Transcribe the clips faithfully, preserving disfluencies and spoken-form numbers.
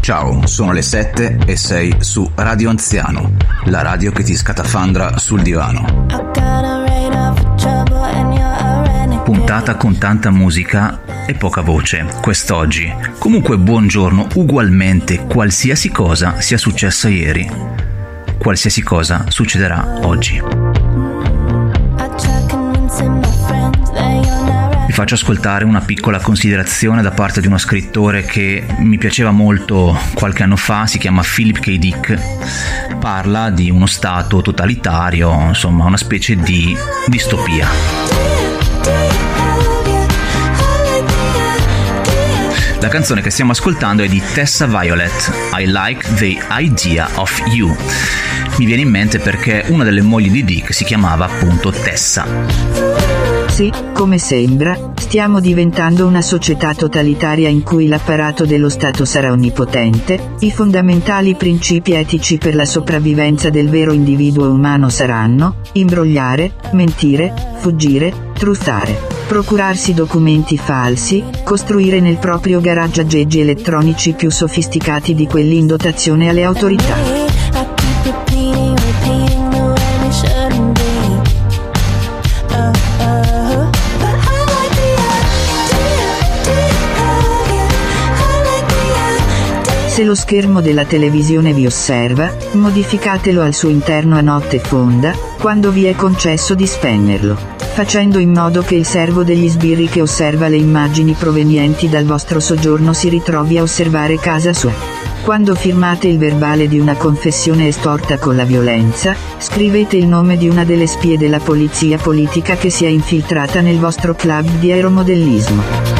Ciao, sono le sette e sei su Radio Anziano, la radio che ti scatafandra sul divano. Puntata con tanta musica e poca voce, quest'oggi. Comunque buongiorno, ugualmente, qualsiasi cosa sia successa ieri, qualsiasi cosa succederà oggi. Vi faccio ascoltare una piccola considerazione da parte di uno scrittore che mi piaceva molto qualche anno fa, si chiama Philip K. Dick. Parla di uno stato totalitario, insomma una specie di distopia. La canzone che stiamo ascoltando è di Tessa Violet, I Like the Idea of You. Mi viene in mente perché una delle mogli di Dick si chiamava appunto Tessa. Sì, come sembra, stiamo diventando una società totalitaria in cui l'apparato dello Stato sarà onnipotente, i fondamentali principi etici per la sopravvivenza del vero individuo umano saranno imbrogliare, mentire, fuggire, truffare, procurarsi documenti falsi, costruire nel proprio garage aggeggi elettronici più sofisticati di quelli in dotazione alle autorità. Se lo schermo della televisione vi osserva, modificatelo al suo interno a notte fonda, quando vi è concesso di spegnerlo, facendo in modo che il servo degli sbirri che osserva le immagini provenienti dal vostro soggiorno si ritrovi a osservare casa sua. Quando firmate il verbale di una confessione estorta con la violenza, scrivete il nome di una delle spie della polizia politica che si è infiltrata nel vostro club di aeromodellismo.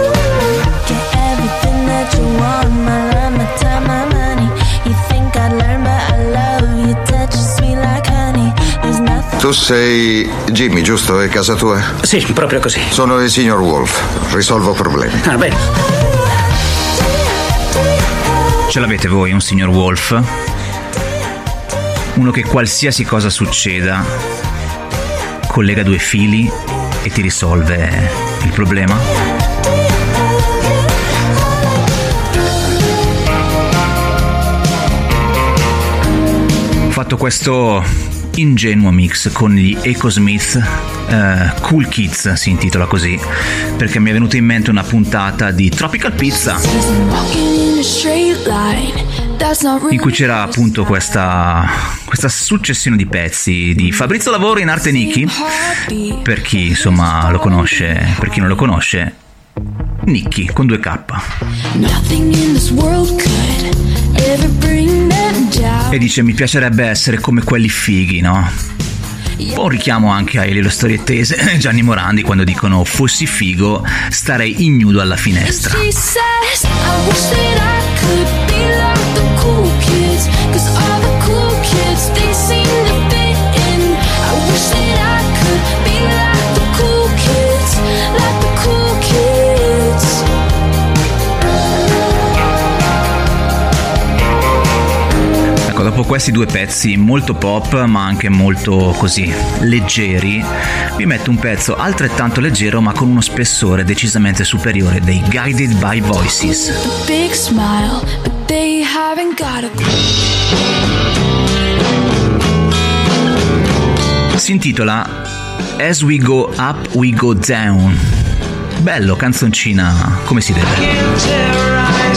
Tu sei Jimmy, giusto? È casa tua? Sì, proprio così. Sono il signor Wolf, risolvo problemi. Ah, bene. Ce l'avete voi un signor Wolf? Uno che qualsiasi cosa succeda collega due fili e ti risolve il problema? Ho fatto questo ingenuo mix con gli Echosmith, uh, Cool Kids si intitola così, perché mi è venuta in mente una puntata di Tropical Pizza in cui c'era appunto questa, questa successione di pezzi di Fabrizio Lavoro in arte Nicky, per chi insomma lo conosce, per chi non lo conosce, Nicky con due K. E dice: mi piacerebbe essere come quelli fighi, no? Un po' un richiamo anche ai Le Storie Tese, Gianni Morandi, quando dicono fossi figo starei ignudo alla finestra. Dopo questi due pezzi molto pop ma anche molto così leggeri, vi metto un pezzo altrettanto leggero ma con uno spessore decisamente superiore dei Guided by Voices. Si intitola As We Go Up We Go Down. Bello, canzoncina come si deve.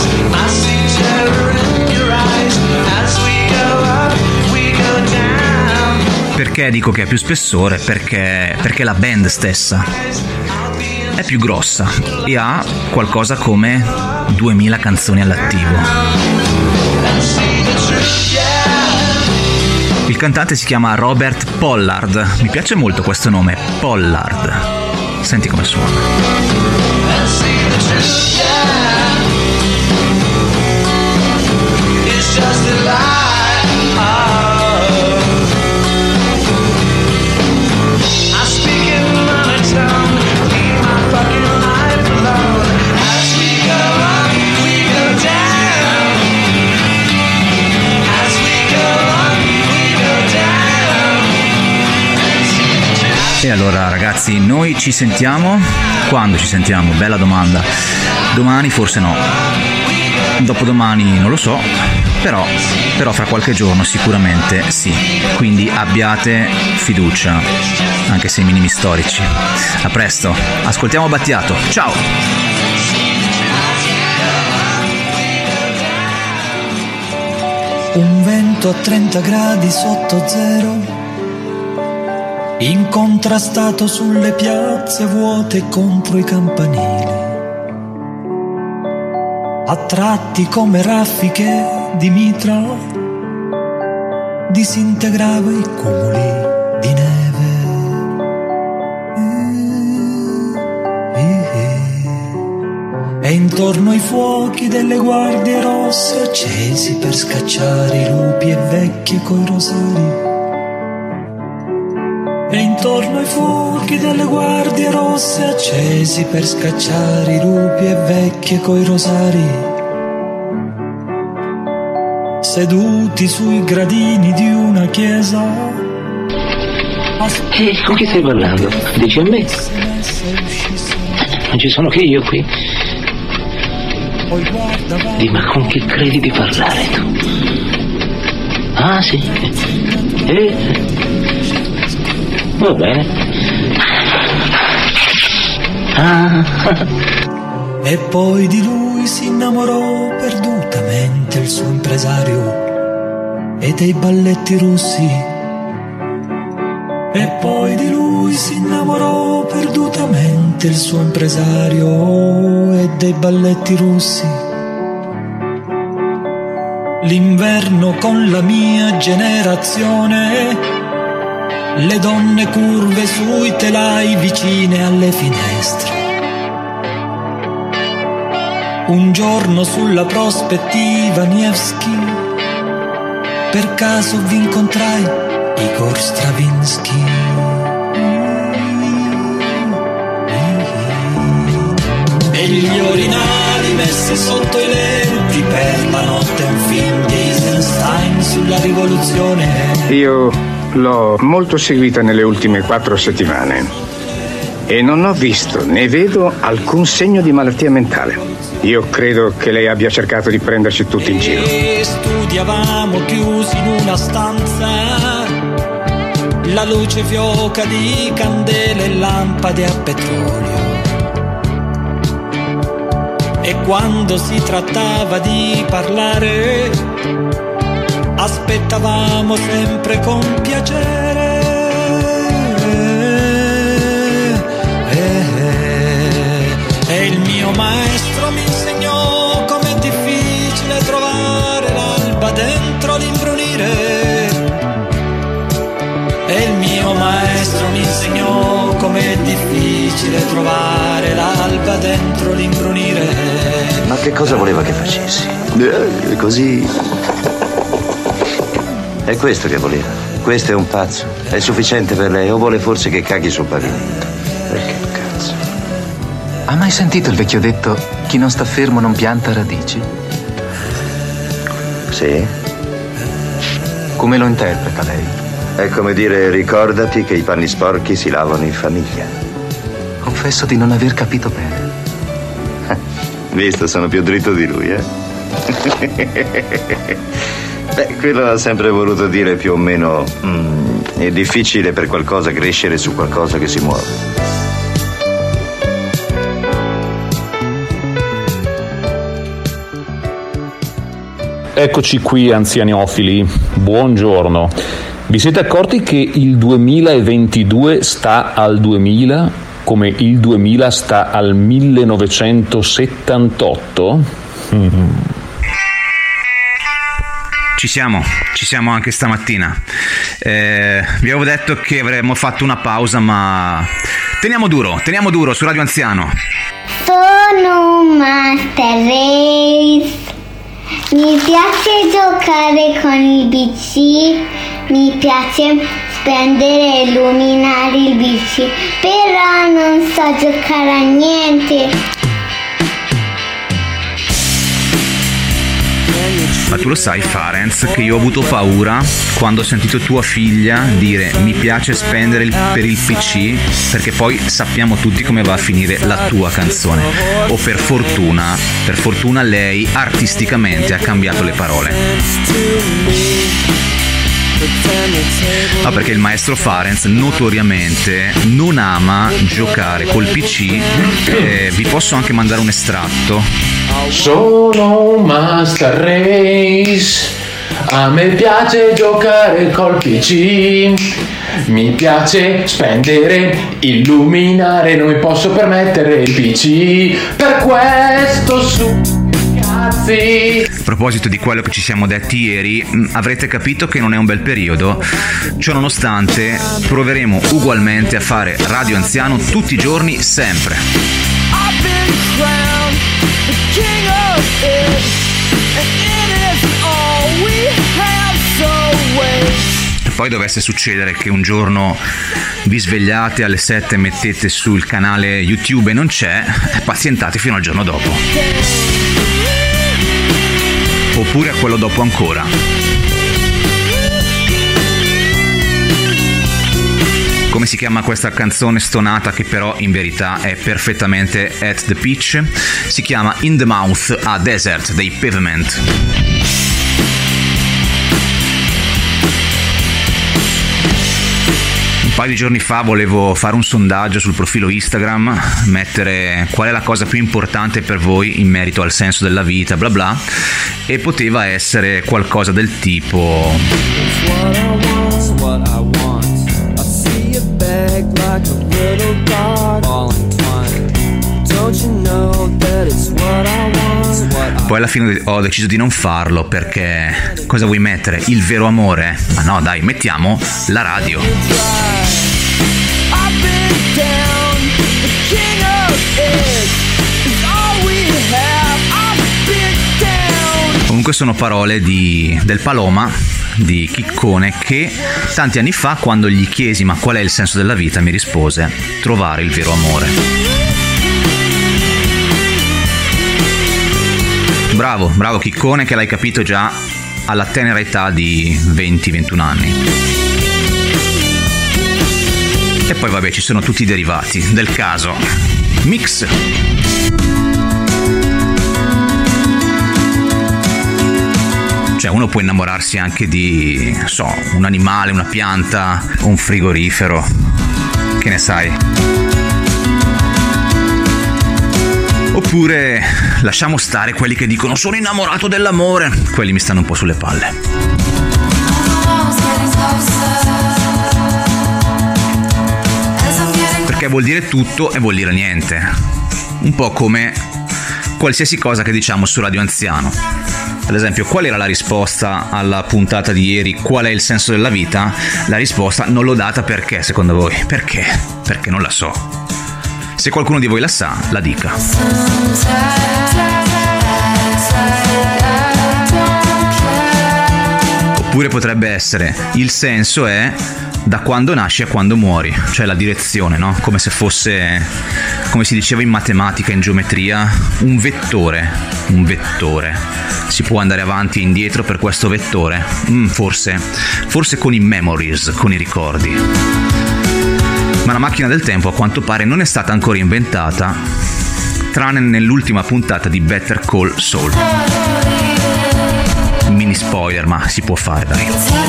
Perché dico che ha più spessore? Perché, perché la band stessa è più grossa e ha qualcosa come duemila canzoni all'attivo. Il cantante si chiama Robert Pollard, mi piace molto questo nome, Pollard. Senti come suona. E allora ragazzi, noi ci sentiamo? Quando ci sentiamo? Bella domanda. Domani forse no. dopodomani non lo so, però, però fra qualche giorno sicuramente sì, quindi abbiate fiducia, anche se i minimi storici. A presto, ascoltiamo Battiato, ciao! Un vento a trenta gradi sotto zero, incontrastato sulle piazze vuote contro i campanili, a tratti come raffiche di mitra, disintegrava i cumuli di neve. E intorno ai fuochi delle guardie rosse accesi per scacciare i lupi e vecchie coi rosari. E intorno ai fuochi delle guardie rosse accesi per scacciare i lupi e vecchie coi rosari. Seduti sui gradini di una chiesa. E con chi stai parlando? Dici a me? Non ci sono che io qui. Di ma con chi credi di parlare tu? Ah sì? Eh? Va bene. Ah. E poi di lui si innamorò perdutamente il suo impresario e dei balletti russi. E poi di lui si innamorò perdutamente il suo impresario e dei balletti russi. L'inverno con la mia generazione, le donne curve sui telai vicine alle finestre. Un giorno sulla prospettiva Nevsky, per caso vi incontrai Igor Stravinsky. E gli orinali messi sotto i lenti per la notte, un film di Eisenstein sulla rivoluzione. Io l'ho molto seguita nelle ultime quattro settimane e non ho visto né vedo alcun segno di malattia mentale. Io credo che lei abbia cercato di prenderci tutti in giro. E studiavamo chiusi in una stanza, la luce fioca di candele e lampade a petrolio. E quando si trattava di parlare, aspettavamo sempre con piacere. E il mio maestro mi insegnò com'è difficile trovare l'alba dentro l'imbrunire. E il mio maestro mi insegnò com'è difficile trovare l'alba dentro l'imbrunire. Ma che cosa voleva che facessi? Eh, così. È questo che voleva. Questo è un pazzo. È sufficiente per lei o vuole forse che caghi sul pavimento? Perché cazzo? Ha mai sentito il vecchio detto chi non sta fermo non pianta radici? Sì. Come lo interpreta lei? È come dire ricordati che i panni sporchi si lavano in famiglia. Confesso di non aver capito bene. Visto, sono più dritto di lui, eh? Beh, quello ha sempre voluto dire più o meno mm, è difficile per qualcosa crescere su qualcosa che si muove. Eccoci qui, anzianiofili, buongiorno. Vi siete accorti che il duemilaventidue sta al duemila, come il duemila sta al millenovecentosettantotto? Mm. Ci siamo, ci siamo anche stamattina. Eh, vi avevo detto che avremmo fatto una pausa, ma teniamo duro, teniamo duro su Radio Anziano. Sono un Master Race. Mi piace giocare con i P C, mi piace spendere e illuminare il P C, però non so giocare a niente. Ma tu lo sai, Farenz, che io ho avuto paura quando ho sentito tua figlia dire mi piace spendere il, per il P C, perché poi sappiamo tutti come va a finire la tua canzone. O per fortuna, per fortuna lei artisticamente ha cambiato le parole. No, perché il maestro Farenz notoriamente non ama giocare col P C. Eh, vi posso anche mandare un estratto. Sono un Master Race, a me piace giocare col P C, mi piace spendere, illuminare, non mi posso permettere il P C, per questo su cazzi. A proposito di quello che ci siamo detti ieri, avrete capito che non è un bel periodo. Ciò nonostante proveremo ugualmente a fare Radio Anziano tutti i giorni, sempre. E poi dovesse succedere che un giorno vi svegliate alle sette e mettete sul canale YouTube e non c'è, pazientate fino al giorno dopo. Oppure a quello dopo ancora. Come si chiama questa canzone stonata che però in verità è perfettamente at the pitch? Si chiama In the Mouth a Desert dei Pavement. Un paio di giorni fa volevo fare un sondaggio sul profilo Instagram, mettere qual è la cosa più importante per voi in merito al senso della vita, bla bla, e poteva essere qualcosa del tipo poi alla fine ho deciso di non farlo, perché cosa vuoi mettere? Il vero amore? Ma no, dai, mettiamo la radio. Comunque sono parole di del Paloma, di Chiccone, che tanti anni fa, quando gli chiesi ma qual è il senso della vita, mi rispose: trovare il vero amore. Bravo, bravo Chiccone, che l'hai capito già alla tenera età di venti ventuno anni. E poi vabbè, ci sono tutti i derivati del caso. Mix. Cioè, uno può innamorarsi anche di, non so, un animale, una pianta, un frigorifero. Che ne sai? Oppure lasciamo stare quelli che dicono sono innamorato dell'amore. Quelli mi stanno un po' sulle palle. Perché vuol dire tutto e vuol dire niente. Un po' come qualsiasi cosa che diciamo su Radio Anziano. Ad esempio, qual era la risposta alla puntata di ieri? Qual è il senso della vita? La risposta non l'ho data perché, secondo voi? Perché? Perché non la so. Se qualcuno di voi la sa, la dica. Oppure potrebbe essere: il senso è da quando nasci a quando muori, cioè la direzione, no? Come se fosse, come si diceva in matematica, in geometria, un vettore. Un vettore. Si può andare avanti e indietro per questo vettore? Mm, forse. Forse con i memories, con i ricordi. Ma la macchina del tempo a quanto pare non è stata ancora inventata, tranne nell'ultima puntata di Better Call Saul. Mini spoiler, ma si può fare, dai.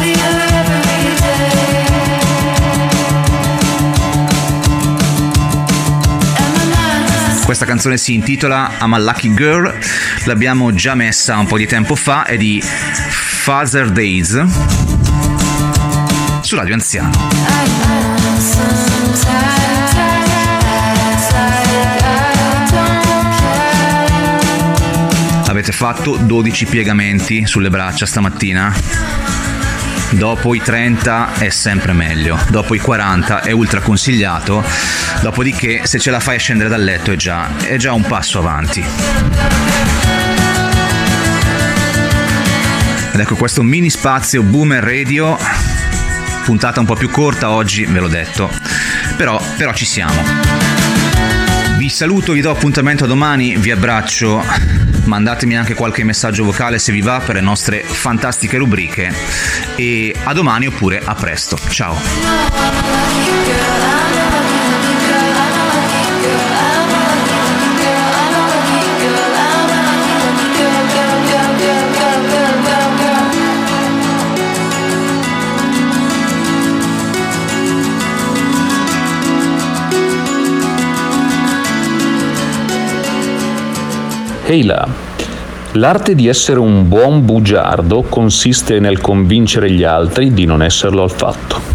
Questa canzone si intitola I'm a Lucky Girl, l'abbiamo già messa un po' di tempo fa, è di Father Days su Radio Anziano. Avete fatto dodici piegamenti sulle braccia stamattina? Dopo i trenta è sempre meglio, dopo i quaranta è ultra consigliato, dopodiché se ce la fai a scendere dal letto è già, è già un passo avanti. Ed ecco questo mini spazio Boomer Radio, puntata un po' più corta oggi, ve l'ho detto, però, però ci siamo. Vi saluto, vi do appuntamento a domani, vi abbraccio, mandatemi anche qualche messaggio vocale se vi va per le nostre fantastiche rubriche e a domani oppure a presto, ciao. Ehi là! L'arte di essere un buon bugiardo consiste nel convincere gli altri di non esserlo affatto.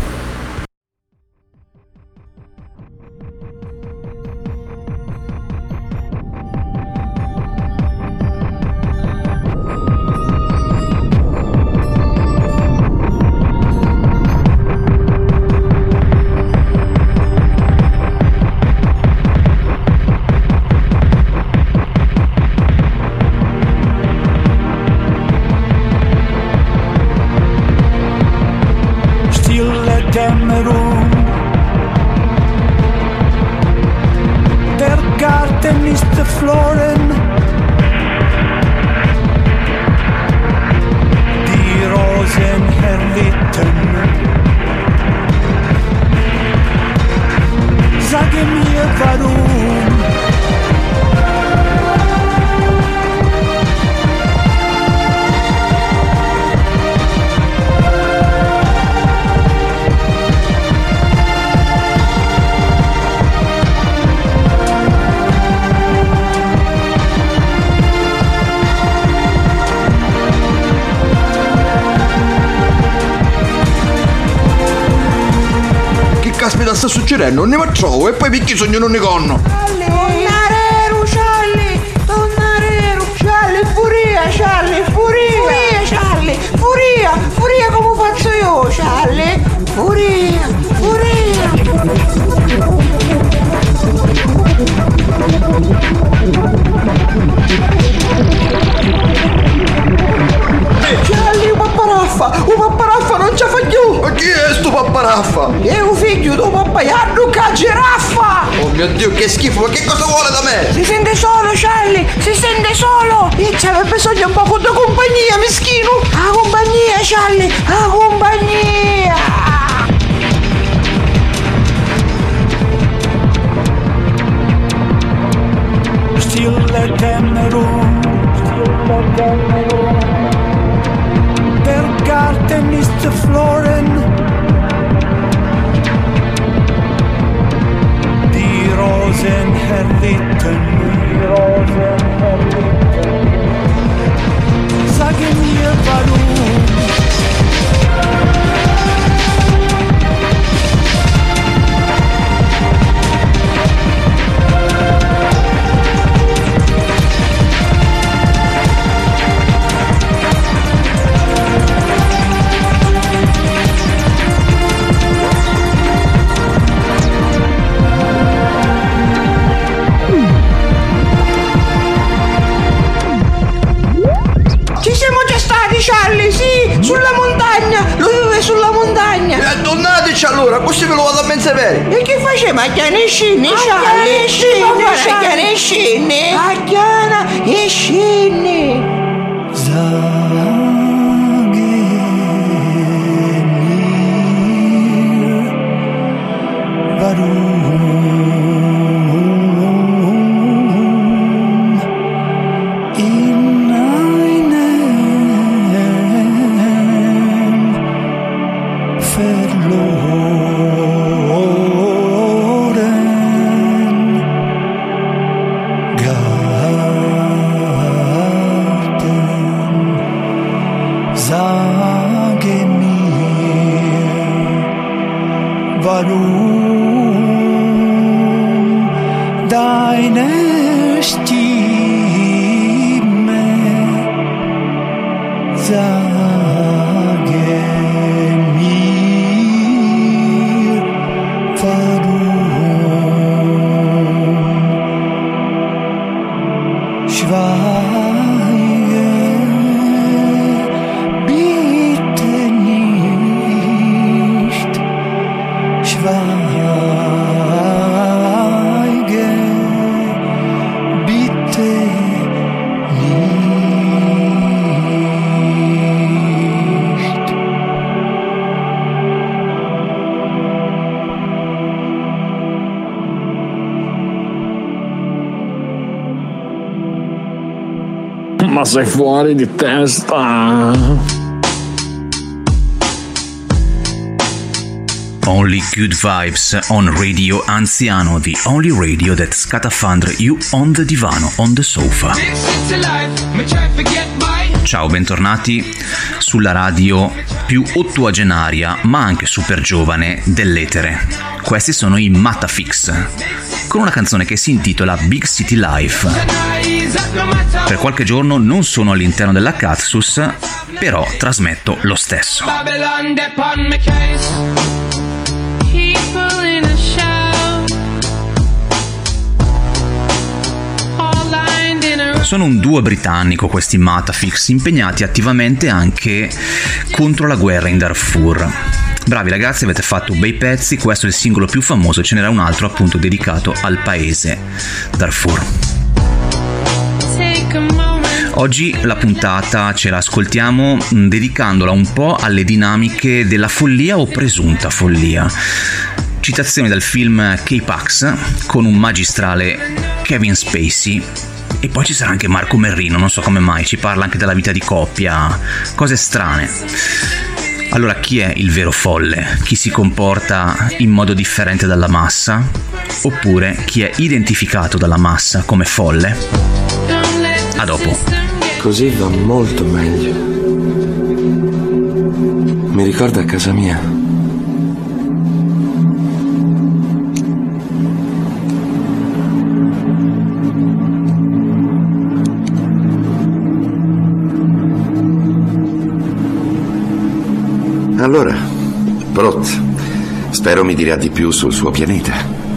Caspita, sta succedendo, non ne faccio e poi picchi sogno non ne conno. Tornareru, Charlie, tornareru, Charlie, furia, Charlie, furia, furia, Charlie, furia, furia come faccio io, Charlie, furia, furia. Charlie, un papparaffa, un papparaffa non ce fa più. Ma chi è sto papparaffa? È un figlio tuo papà, Yannuka giraffa. Oh mio Dio, che schifo, ma che cosa vuole da me? Si sente solo, Charlie, si sente solo. E c'aveva bisogno un po' di compagnia, meschino. La compagnia, Charlie, la compagnia. Still let them room, still let them room. Der Garten ist verloren. Die Rosen erlitten, die Rosen erlitten. Sage mir warum. Charlie, sì, sulla montagna, lui vive sulla montagna. E tornateci allora, così ve lo vado a ben sapere. E che faceva? A chiana e scinni, Charlie? A chiana e scinni? A chiana e scinni. Schweige. Ma sei fuori di testa. Only good vibes on Radio Anziano, the only radio that scatafandre you on the divano, on the sofa. Ciao, bentornati sulla radio più ottuagenaria, ma anche super giovane dell'etere. Questi sono i Matafix, con una canzone che si intitola Big City Life. Per qualche giorno non sono all'interno della Katsus, però trasmetto lo stesso. Sono un duo britannico questi Matafix, impegnati attivamente anche contro la guerra in Darfur. Bravi ragazzi, avete fatto bei pezzi, questo è il singolo più famoso, ce n'era un altro appunto dedicato al paese Darfur. Oggi la puntata ce la ascoltiamo dedicandola un po' alle dinamiche della follia o presunta follia. Citazioni dal film K-Pax con un magistrale Kevin Spacey. E poi ci sarà anche Marco Merrino, non so come mai, ci parla anche della vita di coppia, cose strane. Allora, chi è il vero folle? Chi si comporta in modo differente dalla massa? Oppure chi è identificato dalla massa come folle? A dopo. Così va molto meglio. Mi ricorda a casa mia. Allora, Brot, spero mi dirà di più sul suo pianeta.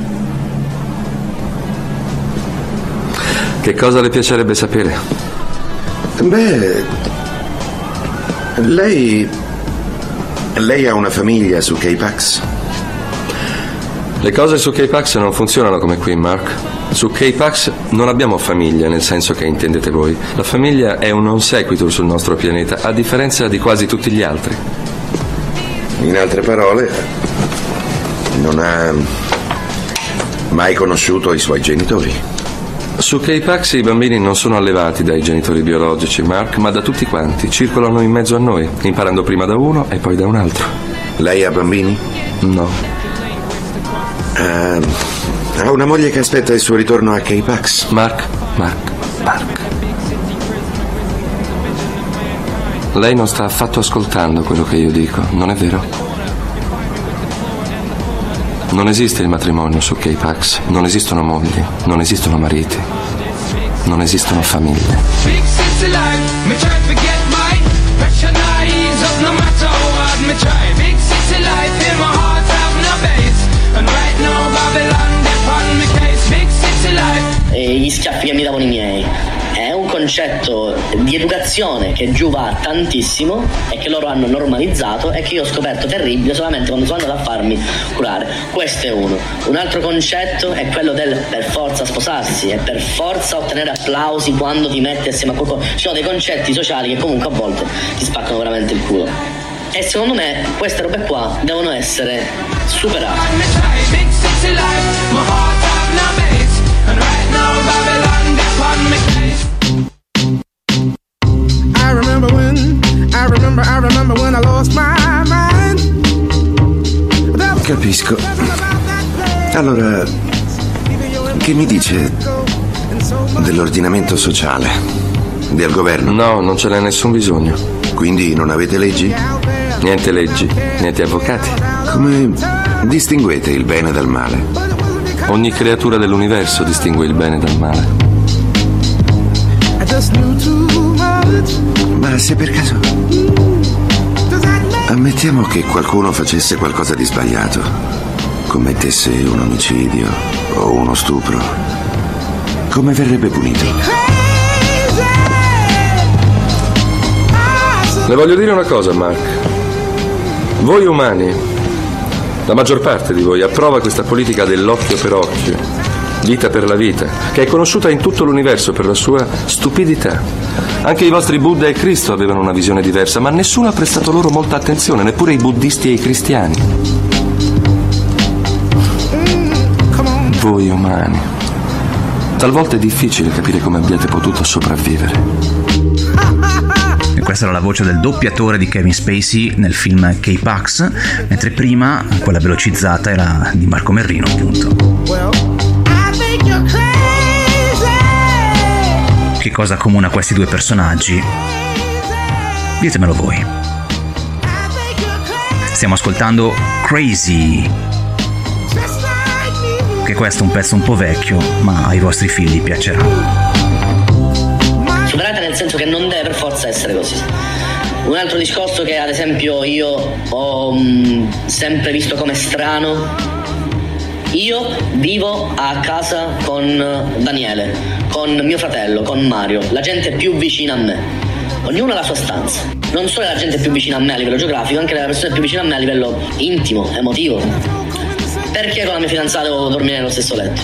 Che cosa le piacerebbe sapere? Beh, lei... lei ha una famiglia su K-Pax? Le cose su K-Pax non funzionano come qui, Mark. Su K-Pax non abbiamo famiglia nel senso che intendete voi. La famiglia è un non sequitur sul nostro pianeta, a differenza di quasi tutti gli altri. In altre parole, non ha mai conosciuto i suoi genitori? Su K-Pax i bambini non sono allevati dai genitori biologici, Mark, ma da tutti quanti. Circolano in mezzo a noi, imparando prima da uno e poi da un altro. Lei ha bambini? No. Uh, ha una moglie che aspetta il suo ritorno a K-Pax? Mark, Mark, Mark. Lei non sta affatto ascoltando quello che io dico, non è vero? Non esiste il matrimonio su K-Pax, non esistono mogli, non esistono mariti, non esistono famiglie. E gli schiaffi che mi davano i miei è un concetto di educazione che giù va tantissimo e che loro hanno normalizzato e che io ho scoperto terribile solamente quando sono andato a farmi curare. Questo è uno. Un altro concetto è quello del per forza sposarsi e per forza ottenere applausi quando ti metti assieme a qualcuno. Ci sono dei concetti sociali che comunque a volte ti spaccano veramente il culo. E secondo me queste robe qua devono essere superate. I remember when, I remember, I remember when I lost my mind. Capisco. Allora, che mi dice dell'ordinamento sociale, del governo? No, non ce n'è nessun bisogno. Quindi non avete leggi? Niente leggi, niente avvocati. Come distinguete il bene dal male? Ogni creatura dell'universo distingue il bene dal male. Ma se per caso ammettiamo che qualcuno facesse qualcosa di sbagliato, commettesse un omicidio o uno stupro, come verrebbe punito? Le voglio dire una cosa, Mark. Voi umani, la maggior parte di voi, approva questa politica dell'occhio per occhio, vita per la vita, che è conosciuta in tutto l'universo per la sua stupidità. Anche i vostri Buddha e Cristo avevano una visione diversa, ma nessuno ha prestato loro molta attenzione, neppure i buddisti e i cristiani. Voi umani. Talvolta è difficile capire come abbiate potuto sopravvivere. questa era la voce del doppiatore di Kevin Spacey nel film K-Pax, mentre prima quella velocizzata era di Marco Merrino, appunto. Che cosa accomuna questi due personaggi? Ditemelo voi. Stiamo ascoltando Crazy, che questo è un pezzo un po' vecchio, ma ai vostri figli piacerà. Superata nel senso che non deve per forza essere così. Un altro discorso che ad esempio io ho mh, sempre visto come strano: io vivo a casa con Daniele, con mio fratello, con Mario, la gente più vicina a me. Ognuno ha la sua stanza. Non solo la gente più vicina a me a livello geografico, anche le persone più vicine a me a livello intimo, emotivo. Perché con la mia fidanzata devo dormire nello stesso letto?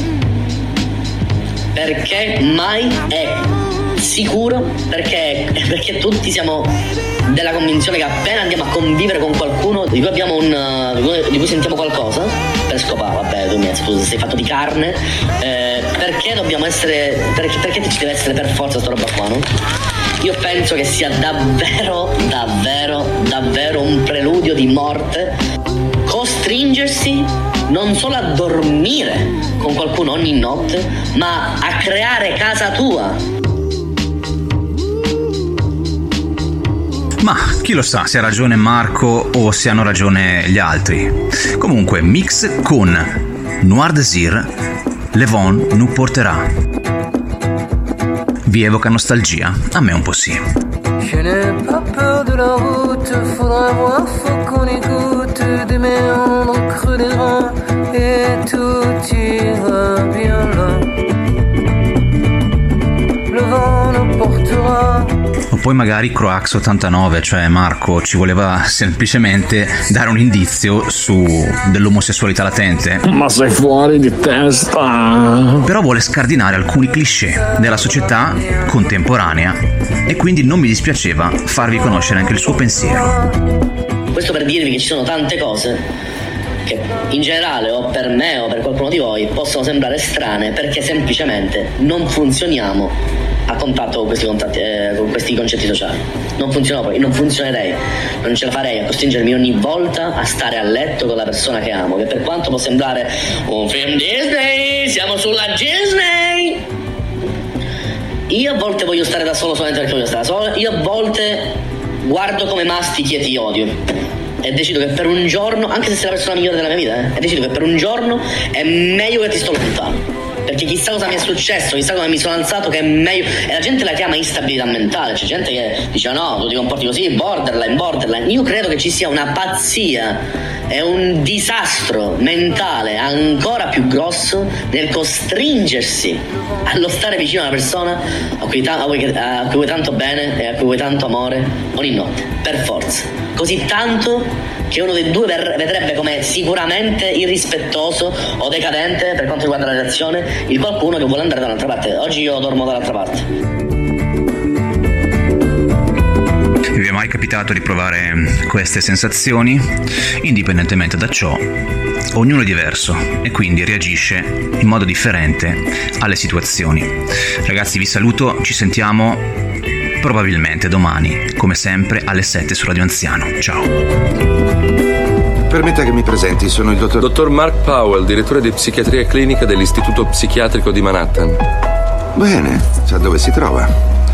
Perché mai è sicuro, perché, perché tutti siamo della convinzione che appena andiamo a convivere con qualcuno di cui abbiamo un di cui sentiamo qualcosa, per scopare, vabbè, tu, tu sei fatto di carne, eh, perché dobbiamo essere, perché, perché ci deve essere per forza sta roba qua, no? Io penso che sia davvero, davvero, davvero un preludio di morte costringersi non solo a dormire con qualcuno ogni notte, ma a creare casa tua. Ma chi lo sa se ha ragione Marco o se hanno ragione gli altri. Comunque, mix con Noir Désir, Le Vent nous portera. Vi evoca nostalgia? A me un po' sì. Je n'ai pas peur de la route, faudra voir, faut qu'on écoute des méandres creux des reins et tout ira bien là. Le vent nous portera. O poi magari Croax ottantanove, cioè Marco ci voleva semplicemente dare un indizio su dell'omosessualità latente. Ma sei fuori di testa! Però vuole scardinare alcuni cliché della società contemporanea e quindi non mi dispiaceva farvi conoscere anche il suo pensiero. Questo per dirvi che ci sono tante cose che in generale o per me o per qualcuno di voi possono sembrare strane perché semplicemente non funzioniamo a contatto con questi, contatti, eh, con questi concetti sociali. Non funziona poi, non funzionerei, non ce la farei a costringermi ogni volta a stare a letto con la persona che amo, che per quanto può sembrare un film Disney, siamo sulla Disney, io a volte voglio stare da solo solamente perché voglio stare da solo, io a volte guardo come mastichi e ti odio e decido che per un giorno, anche se sei la persona migliore della mia vita, eh, e decido che per un giorno è meglio che ti sto lontano. Perché chissà cosa mi è successo, chissà come mi sono alzato, che è meglio. E la gente la chiama instabilità mentale. C'è gente che dice no, tu ti comporti così, borderline, borderline. Io credo che ci sia una pazzia e un disastro mentale ancora più grosso nel costringersi allo stare vicino a una persona a cui, ta- a cui, a cui vuoi tanto bene e a cui vuoi tanto amore ogni notte, per forza. Così tanto che uno dei due vedrebbe come sicuramente irrispettoso o decadente per quanto riguarda la relazione il qualcuno che vuole andare dall'altra parte. Oggi io dormo dall'altra parte. Vi è mai capitato di provare queste sensazioni? Indipendentemente da ciò, ognuno è diverso e quindi reagisce in modo differente alle situazioni. Ragazzi, vi saluto, ci sentiamo probabilmente domani, come sempre alle sette su Radio Anziano. Ciao. Permetta che mi presenti, sono il dottor... Dottor Mark Powell, direttore di psichiatria clinica dell'Istituto Psichiatrico di Manhattan. Bene, sa dove si trova.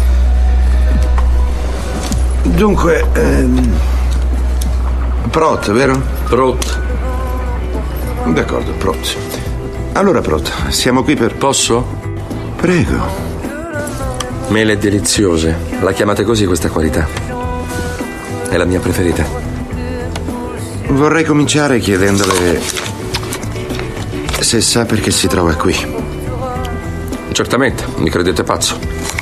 Dunque, ehm... Prot, vero? Prot. D'accordo, Prot. Allora, Prot, siamo qui per... Posso? Prego. Mele deliziose. La chiamate così questa qualità? È la mia preferita. Vorrei cominciare chiedendole se sa perché si trova qui. Certamente, mi credete pazzo.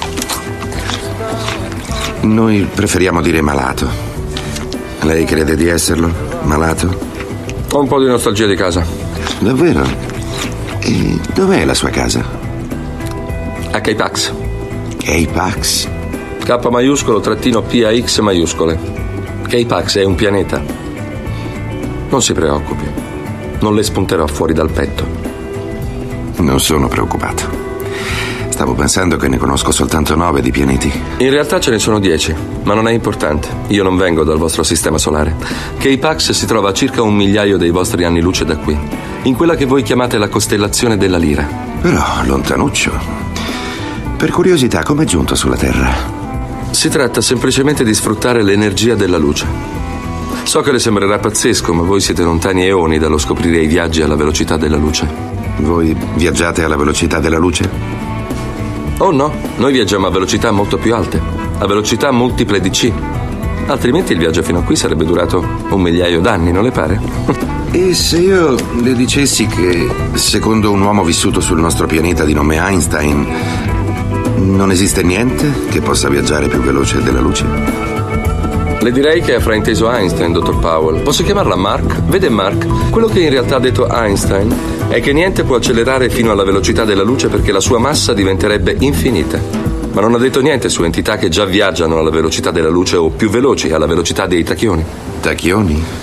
Noi preferiamo dire malato. Lei crede di esserlo? Malato? Ho un po' di nostalgia di casa. Davvero? E dov'è la sua casa? A K-Pax. K-Pax? K maiuscolo trattino P A X maiuscole. K-Pax è un pianeta. Non si preoccupi, non le spunterò fuori dal petto. Non sono preoccupato. Stavo pensando che ne conosco soltanto nove di pianeti. In realtà ce ne sono dieci, ma non è importante. Io non vengo dal vostro sistema solare. K-Pax si trova a circa un migliaio dei vostri anni luce da qui, in quella che voi chiamate la costellazione della Lira. Però, lontanuccio. Per curiosità, com'è giunto sulla Terra? Si tratta semplicemente di sfruttare l'energia della luce. So che le sembrerà pazzesco, ma voi siete lontani eoni dallo scoprire i viaggi alla velocità della luce. Voi viaggiate alla velocità della luce? Oh no, noi viaggiamo a velocità molto più alte, a velocità multiple di C. Altrimenti il viaggio fino a qui sarebbe durato un migliaio d'anni, non le pare? E se io le dicessi che, secondo un uomo vissuto sul nostro pianeta di nome Einstein, non esiste niente che possa viaggiare più veloce della luce? Le direi che ha frainteso Einstein, dottor Powell. Posso chiamarla Mark? Vede Mark, quello che in realtà ha detto Einstein è che niente può accelerare fino alla velocità della luce perché la sua massa diventerebbe infinita. Ma non ha detto niente su entità che già viaggiano alla velocità della luce o più veloci, alla velocità dei tachioni. Tachioni?